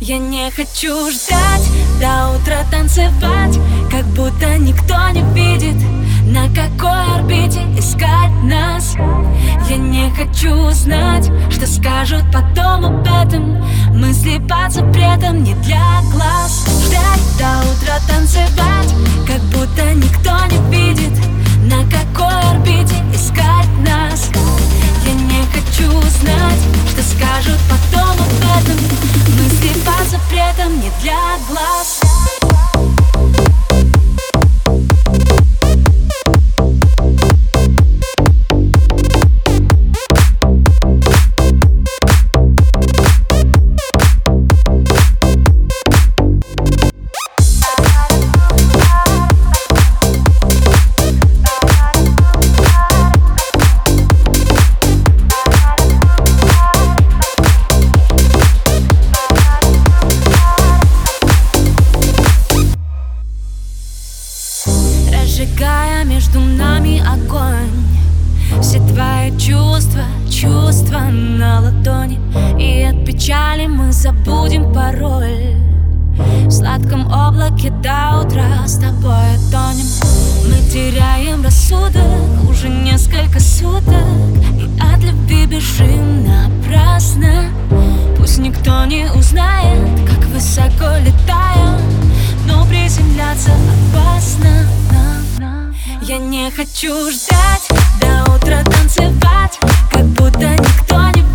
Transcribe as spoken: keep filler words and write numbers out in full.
Я не хочу ждать до утра, танцевать, как будто никто не видит, на какой орбите искать нас. Я не хочу знать, что скажут потом об этом. Мысли под запретом не для глаз. Ждать до утра, танцевать, как будто никто не видит, на какой орбите искать нас. Я не хочу знать, что скажут потом об этом. Мысли под запретом не для глаз. Разжигая между нами огонь, все твои чувства, чувства на ладони. И от печали мы забудем пароль. В сладком облаке до утра с тобой тонем. Мы теряем рассудок уже несколько суток, и от любви бежим напрасно. Пусть никто не узнает, как высоко летаем, но приземляться опасно. Я не хочу ждать до утра, танцевать, как будто никто не